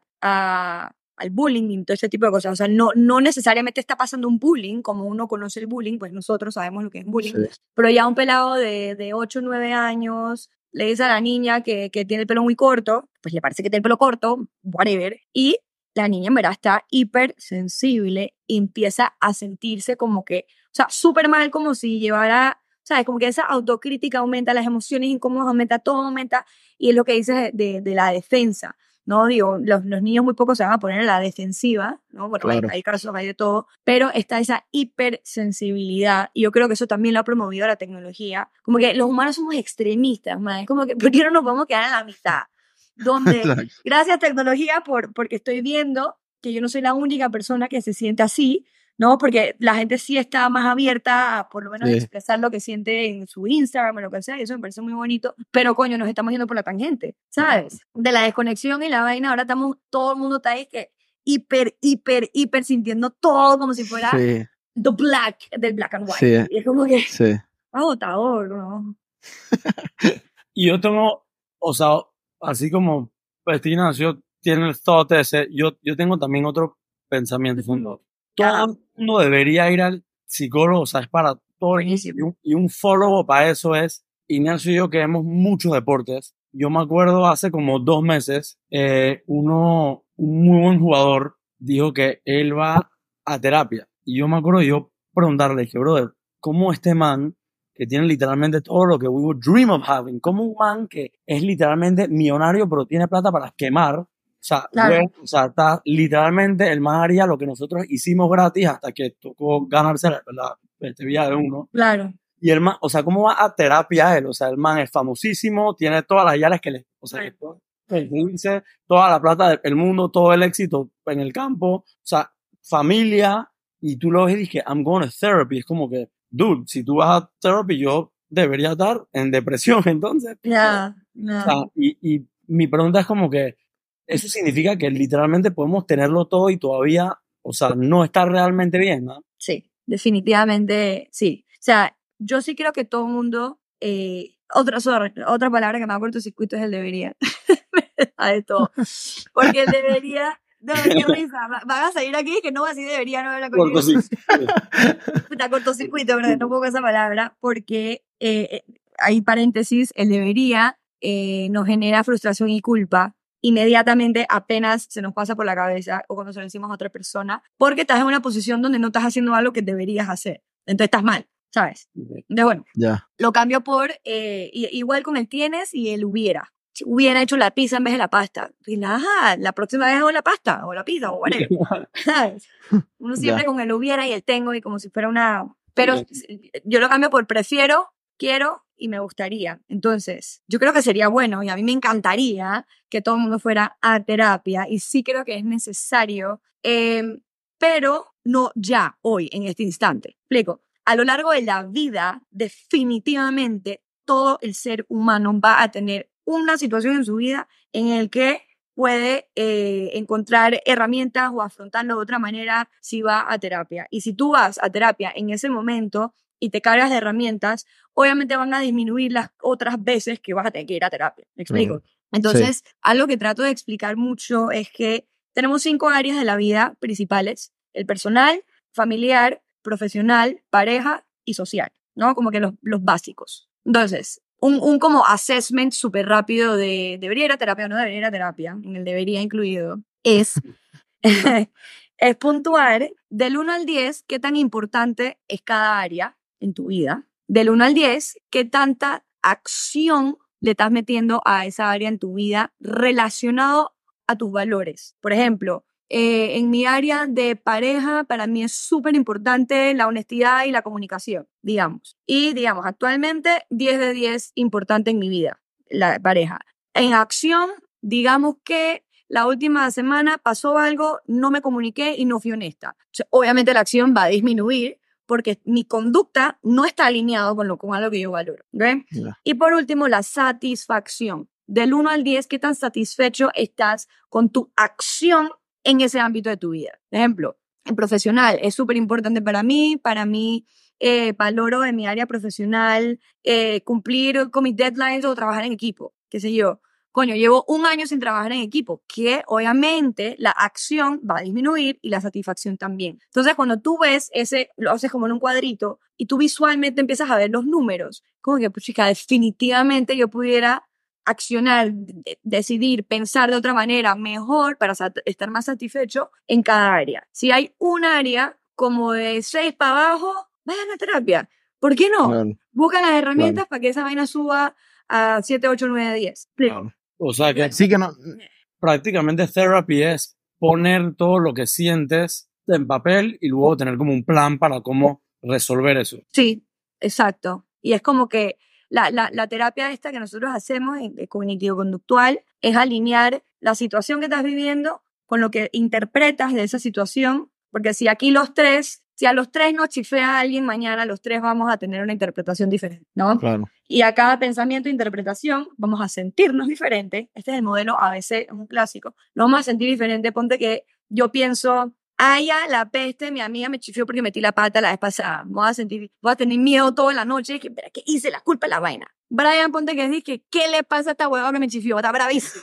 al bullying y todo ese tipo de cosas. O sea, no necesariamente está pasando un bullying, como uno conoce el bullying, pues nosotros sabemos lo que es bullying, Sí. pero ya un pelado de 8 o 9 años le dice a la niña que tiene el pelo muy corto, pues le parece que tiene el pelo corto, whatever, y la niña en verdad está hipersensible y empieza a sentirse como que, o sea, súper mal, como si llevara, ¿sabes? Como que esa autocrítica aumenta, las emociones incómodas aumenta, todo aumenta, y es lo que dices de la defensa, ¿no? Digo, los niños muy poco se van a poner en la defensiva, ¿no? Bueno, Claro. hay casos, hay de todo, pero está esa hipersensibilidad, y yo creo que eso también lo ha promovido la tecnología, como que los humanos somos extremistas, man, es como que, ¿por qué no nos podemos quedar en la mitad? Donde, Exacto. gracias tecnología, porque estoy viendo que yo no soy la única persona que se siente así, ¿no? Porque la gente sí está más abierta a por lo menos Sí. expresar lo que siente en su Instagram o lo que sea, y eso me parece muy bonito, pero coño, nos estamos yendo por la tangente, ¿sabes? De la desconexión y la vaina, ahora estamos, todo el mundo está ahí que hiper sintiendo todo como si fuera Sí, the black, del black and white. sí, Y es como que sí. agotador, ¿no? Y yo tengo, o sea, así como Cristina tiene el thought ese, yo tengo también otro pensamiento fondo. Todo el mundo debería ir al psicólogo, o sea, es para todo el mundo. Buenísimo. Y un follow para eso es, Ignacio y yo que vemos muchos deportes. Yo me acuerdo hace como 2 meses, un muy buen jugador dijo que él va a terapia. Y yo me acuerdo yo preguntarle, que brother, ¿cómo este man que tiene literalmente todo lo que we would dream of having, como un man que es literalmente millonario pero tiene plata para quemar, o sea, Claro. güey, o sea, está literalmente el man haría lo que nosotros hicimos gratis hasta que tocó ganarse la vida de uno. Claro. Y el man, o sea, ¿cómo va a terapia él? O sea, el man es famosísimo, tiene todas las llaves que le, o sea, que dice, toda la plata del mundo, todo el éxito en el campo, o sea, familia, y tú lo ves y dices, I'm going to therapy, es como que, dude, si tú vas a therapy, yo debería estar en depresión, entonces. Ya, O sea, y mi pregunta es como que, eso significa que literalmente podemos tenerlo todo y todavía, o sea, no estar realmente bien, ¿no? Sí, definitivamente sí. O sea, yo sí creo que todo el mundo, otra palabra que me da cortocircuito es el debería. De todo. Porque el debería, no, qué risa, van a salir aquí que no va a decir debería, no hablar conmigo. Puta, cortocircuito, ¿verdad? No pongo esa palabra porque hay paréntesis, el debería nos genera frustración y culpa inmediatamente apenas se nos pasa por la cabeza o cuando se lo decimos a otra persona, porque estás en una posición donde no estás haciendo algo que deberías hacer. Entonces estás mal, ¿sabes? Entonces, bueno, Ya. lo cambio por igual con el tienes y el hubiera. Si hubiera hecho la pizza en vez de la pasta. Y la próxima vez hago la pasta o la pizza o whatever. ¿Sabes? Uno siempre Ya. con el hubiera y el tengo y como si fuera una... Pero yo lo cambio por prefiero, quiero y me gustaría. Entonces, yo creo que sería bueno y a mí me encantaría que todo el mundo fuera a terapia y sí creo que es necesario, pero no ya, hoy, en este instante. ¿Explico? A lo largo de la vida, definitivamente todo el ser humano va a tener una situación en su vida en el que puede encontrar herramientas o afrontarlo de otra manera si va a terapia. Y si tú vas a terapia en ese momento y te cargas de herramientas, obviamente van a disminuir las otras veces que vas a tener que ir a terapia. ¿Me explico? Entonces, algo que trato de explicar mucho es que tenemos 5 áreas de la vida principales: el personal, familiar, profesional, pareja y social, ¿no? Como que los básicos. Entonces, un como assessment súper rápido de debería ir a terapia o no debería ir a terapia, en el debería incluido, es, es puntuar del 1 al 10 qué tan importante es cada área en tu vida. Del 1 al 10, qué tanta acción le estás metiendo a esa área en tu vida relacionado a tus valores. Por ejemplo, en mi área de pareja, para mí es súper importante la honestidad y la comunicación, digamos. Y, digamos, actualmente 10 de 10 importante en mi vida, la pareja. En acción, digamos que la última semana pasó algo, no me comuniqué y no fui honesta. O sea, obviamente la acción va a disminuir porque mi conducta no está alineado con algo que yo valoro. ¿Okay? Yeah. Y por último, la satisfacción. Del 1 al 10, ¿qué tan satisfecho estás con tu acción en ese ámbito de tu vida? Por ejemplo, en profesional es súper importante para mí valoro en mi área profesional cumplir con mis deadlines o trabajar en equipo, qué sé yo. coño, llevo un año sin trabajar en equipo, que obviamente la acción va a disminuir y la satisfacción también. Entonces, cuando tú ves lo haces como en un cuadrito y tú visualmente empiezas a ver los números, como que, pues chica, definitivamente yo pudiera accionar, decidir, pensar de otra manera mejor para estar más satisfecho en cada área. Si hay un área como de 6 para abajo, vayan a terapia. ¿Por qué no? Claro. Buscan las herramientas para que esa vaina suba a 7, 8, 9, 10. Claro. O sea que Sí que no. prácticamente therapy es poner todo lo que sientes en papel y luego tener como un plan para cómo resolver eso. Sí, exacto. Y es como que la terapia esta que nosotros hacemos, cognitivo-conductual, es alinear la situación que estás viviendo con lo que interpretas de esa situación, porque si a los tres nos chifea a alguien, mañana los tres vamos a tener una interpretación diferente, ¿no? Claro. Y a cada pensamiento e interpretación vamos a sentirnos diferente. Este es el modelo ABC, es un clásico. Lo vamos a sentir diferente. Ponte que yo pienso, la peste, mi amiga me chifió porque metí la pata la vez pasada. Voy a tener miedo toda la noche. ¿Qué hice? La culpa es la vaina. Brian, ponte que dice, ¿qué le pasa a esta hueva que me chifió? Está bravísimo.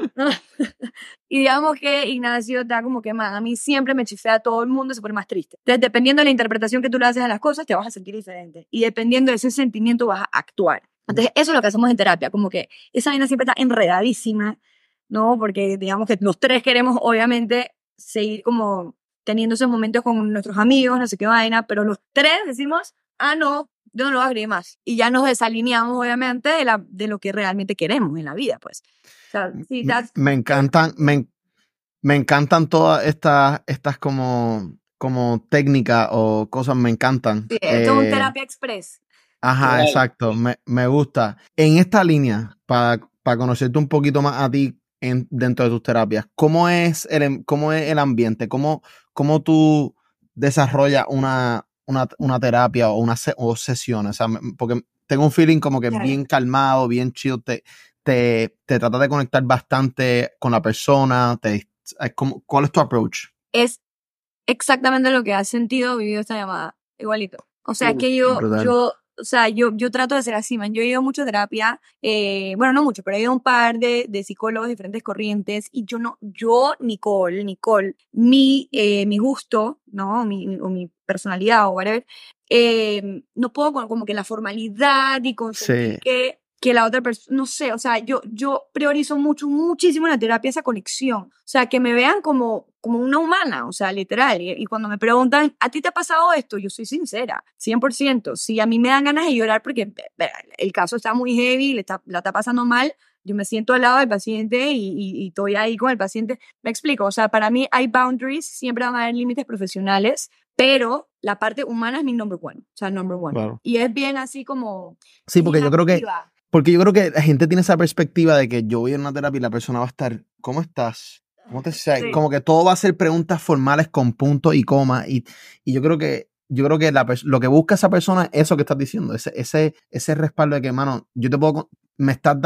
Y digamos que Ignacio está como que, man, a mí siempre me chifea a todo el mundo, se pone más triste. Entonces, dependiendo de la interpretación que tú le haces a las cosas, te vas a sentir diferente. Y dependiendo de ese sentimiento, vas a actuar. Entonces, eso es lo que hacemos en terapia, como que esa vaina siempre está enredadísima, ¿no? Porque digamos que los tres queremos, obviamente, seguir como teniendo esos momentos con nuestros amigos, no sé qué vaina, pero los tres decimos, no, yo no lo voy a agregar más. Y ya nos desalineamos, obviamente, de lo que realmente queremos en la vida, pues. O sea, sí, Me encantan todas estas como técnicas o cosas, me encantan. sí, esto es un terapia express. Ajá, Claro. exacto, me gusta. En esta línea, para conocerte un poquito más a ti dentro de tus terapias, ¿cómo es el ambiente? ¿Cómo tú desarrollas una terapia o o sesiones? O sea, porque tengo un feeling como que Claro. bien calmado, bien chido, te trata de conectar bastante con la persona. ¿Cuál es tu approach? Es exactamente lo que has sentido, vivido esta llamada. Igualito. O sea, es que Brutal. yo trato de ser así, man. Yo he ido mucho a terapia, bueno, no mucho, pero he ido a un par de psicólogos de diferentes corrientes y Nicole, mi gusto, ¿no? O mi personalidad o whatever, no puedo como que la formalidad y consentir Sí. que la otra persona, no sé, o sea, yo priorizo muchísimo en la terapia esa conexión, o sea, que me vean como una humana, o sea, literal, y cuando me preguntan, ¿a ti te ha pasado esto? Yo soy sincera, 100%, si a mí me dan ganas de llorar porque el caso está muy heavy, la está pasando mal, yo me siento al lado del paciente y estoy ahí con el paciente, me explico, o sea, para mí hay boundaries, siempre van a haber límites profesionales, pero la parte humana es mi number one, o sea, number one, Claro. y es bien así como... Sí, porque yo creo que inactiva. Porque yo creo que la gente tiene esa perspectiva de que yo voy a una terapia y la persona va a estar, ¿cómo estás? ¿Cómo te sientes? Sí. Como que todo va a ser preguntas formales con puntos y comas. Y yo creo que lo que busca esa persona es eso que estás diciendo, ese respaldo de que, mano, yo te puedo, te estás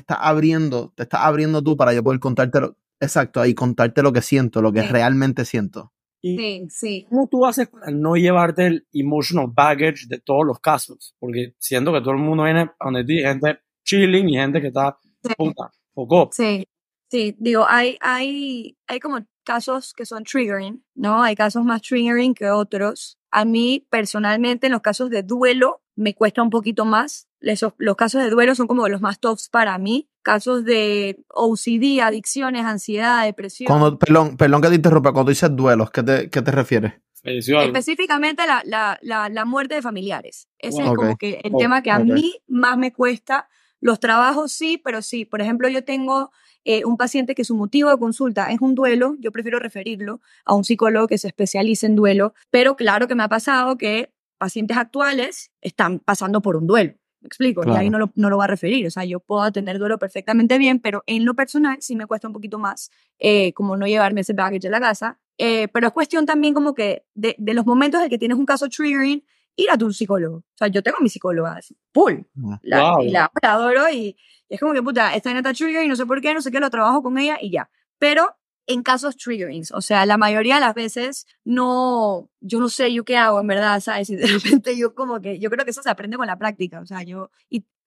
abriendo tú para yo poder contártelo, exacto, ahí contarte lo que siento, lo que Sí. realmente siento. ¿Y Sí. cómo tú haces para no llevarte el emotional baggage de todos los casos? Porque siento que todo el mundo viene a donde ti, gente chilling y gente que está puta, poco. Sí, digo, hay como casos que son triggering, ¿no? Hay casos más triggering que otros. A mí, personalmente, en los casos de duelo, me cuesta un poquito más. Los casos de duelo son como los más tops para mí. Casos de OCD, adicciones, ansiedad, depresión. Perdón que te interrumpa, cuando dices duelos, ¿qué te refieres? Falleció algo. Específicamente la muerte de familiares. Ese Wow. es como Ok. que el tema que a Ok. mí más me cuesta. Los trabajos sí, pero sí. Por ejemplo, yo tengo un paciente que su motivo de consulta es un duelo. Yo prefiero referirlo a un psicólogo que se especialice en duelo. Pero claro que me ha pasado que pacientes actuales están pasando por un duelo. ¿Me explico? Claro. Y ahí no lo va a referir. O sea, yo puedo atender duelo perfectamente bien, pero en lo personal sí me cuesta un poquito más como no llevarme ese baggage a la casa. Pero es cuestión también como que de los momentos en que tienes un caso triggering, ir a tu psicólogo. O sea, yo tengo a mi psicóloga, así, full. Wow. Y la adoro y es como que, puta, esta neta triggering, no sé por qué, no sé qué, lo trabajo con ella y ya. Pero en casos triggerings, o sea, la mayoría de las veces yo no sé yo qué hago, en verdad, ¿sabes? Y de repente yo como que, yo creo que eso se aprende con la práctica, o sea, y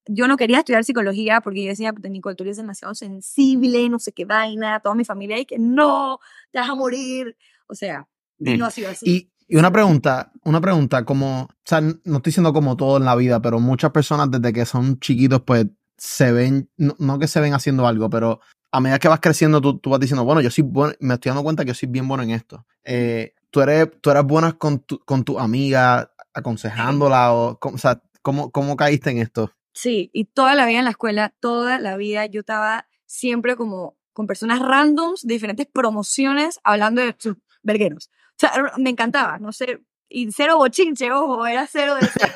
yo no quería estudiar psicología porque yo decía, Nicole, tú eres demasiado sensible, no sé qué vaina, toda mi familia, y que no, te vas a morir. O sea, y no ha sido así. Y una pregunta, como, o sea, no estoy diciendo como todo en la vida, pero muchas personas desde que son chiquitos, pues, se ven, no que se ven haciendo algo, pero a medida que vas creciendo, tú vas diciendo, bueno, yo soy bueno, me estoy dando cuenta que yo soy bien bueno en esto. Tú eres buena con tu amiga, aconsejándola, o sea, ¿cómo caíste en esto? Sí, y toda la vida en la escuela, toda la vida yo estaba siempre como con personas randoms de diferentes promociones hablando de sus vergueros. O sea, me encantaba, no sé, y cero bochinche, ojo, era cero de ese.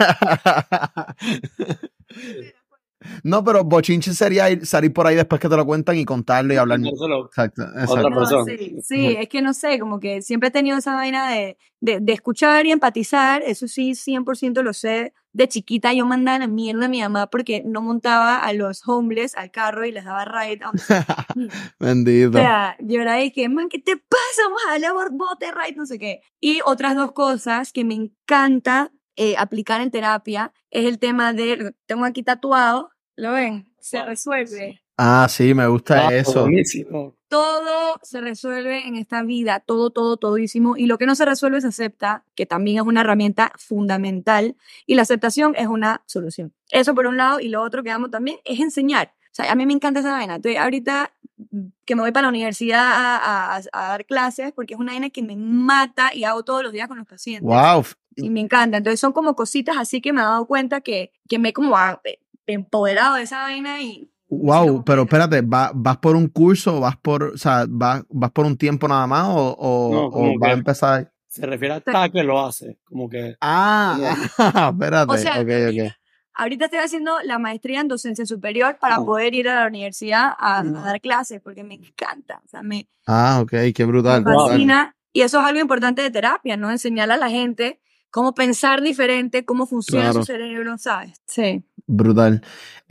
No, pero bochinche sería salir por ahí después que te lo cuentan y contarlo y hablar. Exacto. Otra No, persona. sí, es que no sé, como que siempre he tenido esa vaina de escuchar y empatizar, eso sí, 100% lo sé. De chiquita yo mandaba la mierda a mi mamá porque no montaba a los homeless al carro y les daba ride. Bendito. O sea, yo era de que, man, ¿qué te pasa? Vamos a darle a bote, ride, no sé qué. Y otras dos cosas que me encanta aplicar en terapia es el tema de, lo tengo aquí tatuado, ¿lo ven? Se resuelve. Ah, sí, me gusta eso. Buenísimo. Todo se resuelve en esta vida, todo, todísimo. Y lo que no se resuelve se acepta, que también es una herramienta fundamental. Y la aceptación es una solución. Eso por un lado. Y lo otro que amo también es enseñar. O sea, a mí me encanta esa vaina. Entonces, ahorita que me voy para la universidad a dar clases, porque es una vaina que me mata y hago todos los días con los pacientes. Wow. Y me encanta. Entonces, son como cositas así que me he dado cuenta que me he como empoderado de esa vaina y... Wow, pero espérate, ¿vas por un curso o o sea, vas por un tiempo nada más o vas a empezar? Se refiere a que lo hace, como que... Espérate, o sea, ok. Ahorita estoy haciendo la maestría en docencia superior para poder ir a la universidad a dar clases, porque me encanta, o sea, ok, qué brutal. me fascina. Y eso es algo importante de terapia, ¿no? Enseñar a la gente cómo pensar diferente, cómo funciona su cerebro, ¿sabes? Sí. Brutal.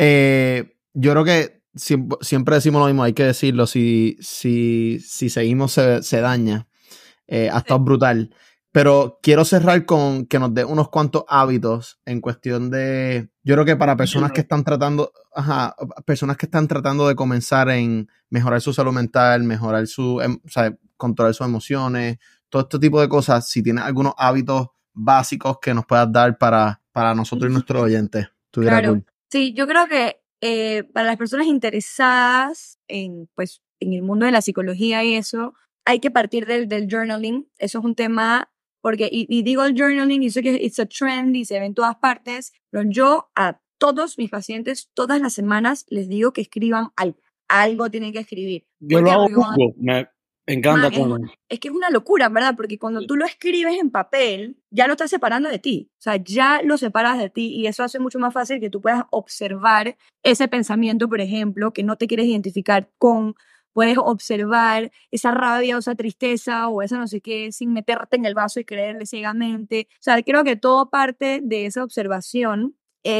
Yo creo que siempre decimos lo mismo, hay que decirlo, si seguimos se daña. Ha estado brutal. Pero quiero cerrar con que nos dé unos cuantos hábitos en cuestión de, yo creo que para personas que están tratando, personas que están tratando de comenzar en mejorar su salud mental, mejorar o sea, controlar sus emociones, todo este tipo de cosas, si tienes algunos hábitos básicos que nos puedas dar para nosotros y nuestros oyentes. Claro. Cool. Sí, yo creo que para las personas interesadas pues, en el mundo de la psicología y eso, hay que partir del journaling. Eso es un tema, porque, y digo el journaling, y sé que it's a trend y se ve en todas partes, pero yo a todos mis pacientes, todas las semanas, les digo que escriban algo. Algo tienen que escribir. Yo lo hago poco, me encanta. Es que es una locura, ¿verdad? Porque cuando tú lo escribes en papel, ya lo estás separando de ti. O sea, ya lo separas de ti y eso hace mucho más fácil que tú puedas observar ese pensamiento, por ejemplo, que no te quieres identificar con. Puedes observar esa rabia o esa tristeza o esa no sé qué sin meterte en el vaso y creerle ciegamente. O sea, creo que todo parte de esa observación.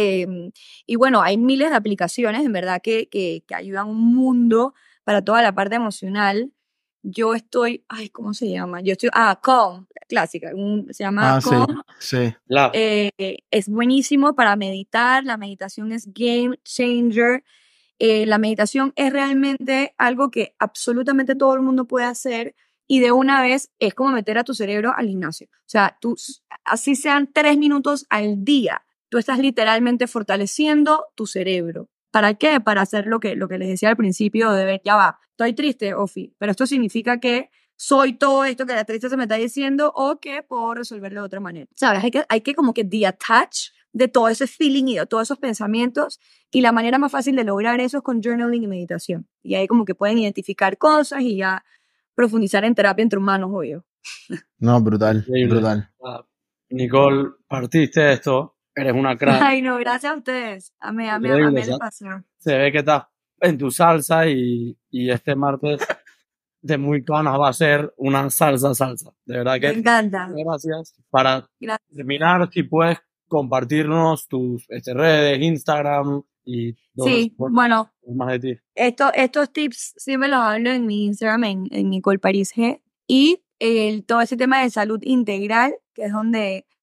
Y bueno, hay miles de aplicaciones, en verdad, que ayudan un mundo para toda la parte emocional. Yo estoy, ¿cómo se llama? Calm, clásica, se llama Calm. Sí. Es buenísimo para meditar, la meditación es game changer. La meditación es realmente algo que absolutamente todo el mundo puede hacer y de una vez es como meter a tu cerebro al gimnasio. O sea, así sean 3 minutos al día, tú estás literalmente fortaleciendo tu cerebro. ¿Para qué? Para hacer lo que les decía al principio de ver, ya va, estoy triste, Ofi, pero esto significa que soy todo esto que la tristeza me está diciendo o que puedo resolverlo de otra manera. ¿Sabes? Hay que como que detach de todo ese feeling y de todos esos pensamientos y la manera más fácil de lograr eso es con journaling y meditación. Y ahí como que pueden identificar cosas y ya profundizar en terapia entre humanos, obvio. No, brutal, brutal. Nicole, partiste esto. Eres una crack. Ay, no, gracias a ustedes. Amé el espacio. Se ve que estás en tu salsa y este martes de muy panas va a ser una salsa. De verdad que... Me encanta. Gracias. Para terminar, si puedes compartirnos tus redes, Instagram y... Sí, bueno. Más de ti. Estos tips siempre los hablo en mi Instagram, en Nicole París G. Y todo ese tema de salud integral, que es donde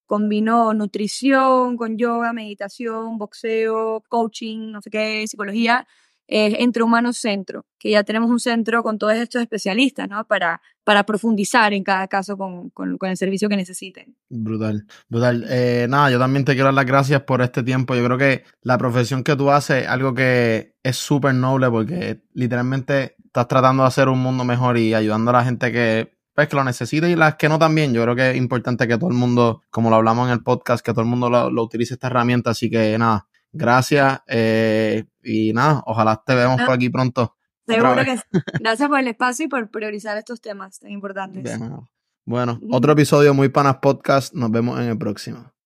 combino nutrición con yoga, meditación, boxeo, coaching, no sé qué, psicología, Entre Humanos Centro, que ya tenemos un centro con todos estos especialistas, ¿no? Para profundizar en cada caso con el servicio que necesiten. Brutal, brutal. Nada, yo también te quiero dar las gracias por este tiempo. Yo creo que la profesión que tú haces es algo que es súper noble porque literalmente estás tratando de hacer un mundo mejor y ayudando a la gente que, pues, que lo necesita y las que no también. Yo creo que es importante que todo el mundo, como lo hablamos en el podcast, que todo el mundo lo utilice esta herramienta. Así que nada, gracias y nada, ojalá te vemos por aquí pronto. Seguro que sí. Gracias por el espacio y por priorizar estos temas tan importantes. Bueno, otro episodio Muy Panas Podcast. Nos vemos en el próximo.